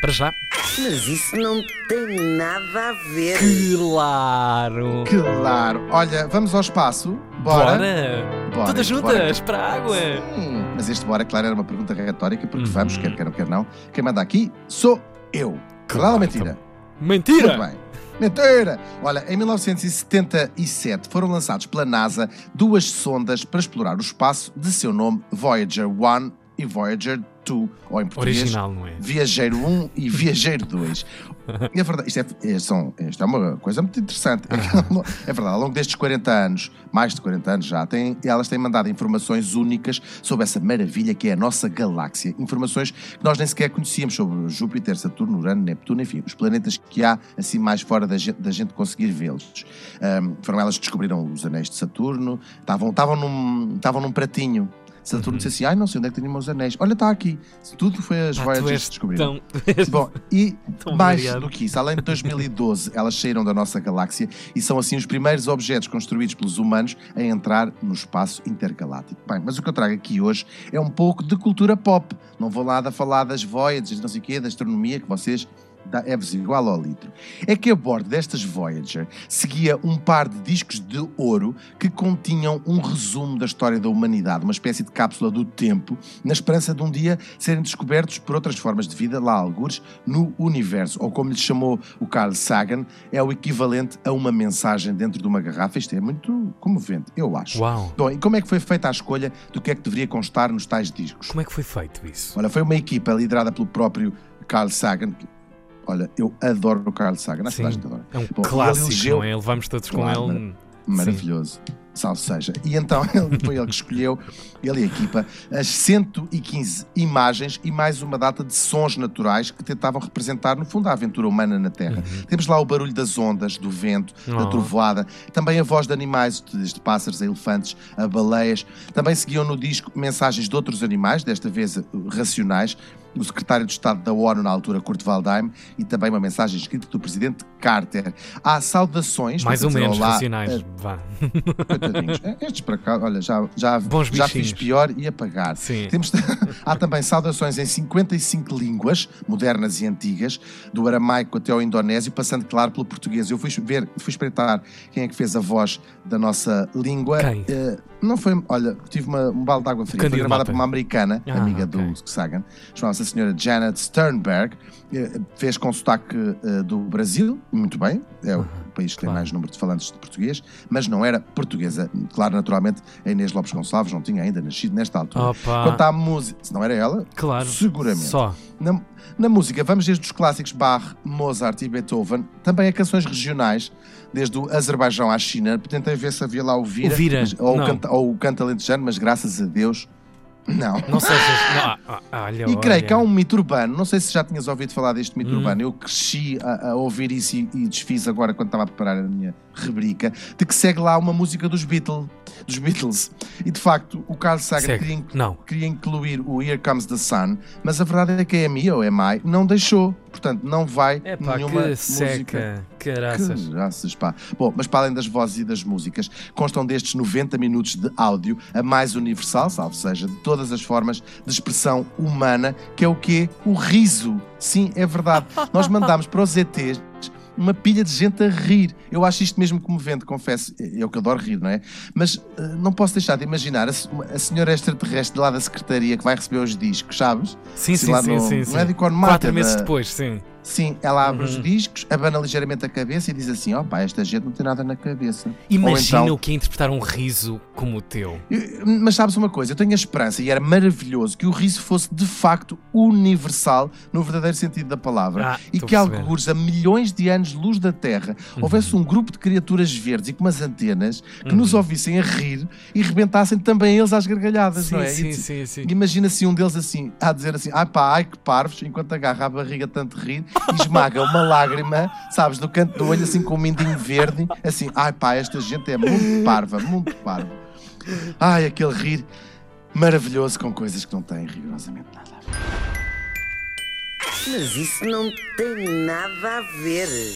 Para já. Mas isso não tem nada a ver. Claro! Claro. Olha, vamos ao espaço? Bora? Bora, Todas juntas, para a água! Sim. Mas este bora, claro, era uma pergunta retórica, porque vamos, quer não. Quem manda aqui sou eu. Verdade ou mentira? Mentira! Muito bem. Mentira! Olha, em 1977 foram lançados pela NASA duas sondas para explorar o espaço de seu nome Voyager 1 e Voyager 2, ou em português, Original, não é? Viajeiro 1 e Viajeiro 2. E é verdade, isto é uma coisa muito interessante. É verdade, ao longo destes 40 anos, mais de 40 anos já, elas têm mandado informações únicas sobre essa maravilha que é a nossa galáxia. Informações que nós nem sequer conhecíamos sobre Júpiter, Saturno, Urano, Neptuno, enfim, os planetas que há assim mais fora da gente conseguir vê-los. Foram elas que descobriram os anéis de Saturno, estavam num pratinho. Saturno disse assim, não sei onde é que tenho os meus anéis. Olha, está aqui. Tudo foi as Voyagers que descobriram. Bom, e mais do que isso, além de 2012, elas saíram da nossa galáxia e são assim os primeiros objetos construídos pelos humanos a entrar no espaço intergaláctico. Bem, mas o que eu trago aqui hoje é um pouco de cultura pop. Não vou lá falar das Voyagers, não sei o quê, da astronomia que vocês... é-vos igual ao litro. É que a bordo destas Voyager seguia um par de discos de ouro que continham um resumo da história da humanidade, uma espécie de cápsula do tempo, na esperança de um dia serem descobertos por outras formas de vida, lá algures, no universo. Ou como lhe chamou o Carl Sagan, é o equivalente a uma mensagem dentro de uma garrafa. Isto é muito comovente, eu acho. Uau! Bom, e como é que foi feita a escolha do que é que deveria constar nos tais discos? Como é que foi feito isso? Olha, foi uma equipa liderada pelo próprio Carl Sagan. Olha, eu adoro o Carl Sagan. Sim, Adoro. é um clássico, não é? Levamos todos com ele. Maravilhoso. Salve seja. E então foi ele que escolheu, ele e a equipa, as 115 imagens e mais uma data de sons naturais que tentavam representar, no fundo, a aventura humana na Terra. Temos lá o barulho das ondas, do vento, da trovoada, também a voz de animais, desde pássaros a elefantes, a baleias. Também seguiam no disco mensagens de outros animais, desta vez racionais, o secretário de Estado da ONU na altura, Kurt Waldheim, e também uma mensagem escrita do presidente Carter. Há saudações... Mais ou menos racionais, vá. Coitadinhos. Estes para cá, olha, já fiz pior e apagar. Há também saudações em 55 línguas, modernas e antigas, do aramaico até ao indonésio, passando, claro, pelo português. Eu fui espreitar quem é que fez a voz da nossa língua. Quem? Não foi, olha, tive um balde de água fria. Foi gravada por uma americana, amiga do Sagan, chamava-se a senhora Janet Sternberg, fez com sotaque do Brasil, muito bem, é o país que tem mais número de falantes de português, mas não era portuguesa. Claro, naturalmente, a Inês Lopes Gonçalves não tinha ainda nascido nesta altura. Quanto à música, se não era ela, claro, seguramente. Só. Na música, vamos desde os clássicos Bach, Mozart e Beethoven, também a canções regionais, desde o Azerbaijão à China. Tentei ver se havia lá o Vira. Ou o Canto Alentejano, mas graças a Deus... Não sejas... E creio que há um mito urbano, não sei se já tinhas ouvido falar deste mito urbano, eu cresci a ouvir isso e desfiz agora quando estava a preparar a minha rubrica, de que segue lá uma música dos Beatles. E de facto o Carl Sagan queria incluir o Here Comes the Sun, mas a verdade é que a EMI ou EMI não deixou. Portanto, não vai nenhuma que seca, música. Caraças, pá. Bom, mas para além das vozes e das músicas, constam destes 90 minutos de áudio a mais universal, salvo seja, de todas as formas de expressão humana, que é o quê? O riso. Sim, é verdade. Nós mandámos para os ETs uma pilha de gente a rir. Eu acho isto mesmo comovente, confesso. Eu que adoro rir, não é? Mas não posso deixar de imaginar a senhora extraterrestre lá da secretaria que vai receber os discos, sabes? Sim. No Médico Mata. 4 meses depois, sim. Sim, ela abre os discos, abana ligeiramente a cabeça e diz assim, esta gente não tem nada na cabeça. Imagina então, o que é interpretar um riso como o teu. Mas sabes uma coisa, eu tenho a esperança, e era maravilhoso, que o riso fosse de facto universal, no verdadeiro sentido da palavra, e que algures a milhões de anos de luz da Terra houvesse um grupo de criaturas verdes e com umas antenas que nos ouvissem a rir e rebentassem também eles às gargalhadas, não é? Sim. Imagina-se um deles assim, a dizer assim, ai que parvos, enquanto agarra a barriga tanto rir, e esmaga uma lágrima, sabes, no canto do olho, assim com um mindinho verde, assim, esta gente é muito parva. Aquele rir maravilhoso com coisas que não têm rigorosamente nada a ver. Mas isso não tem nada a ver.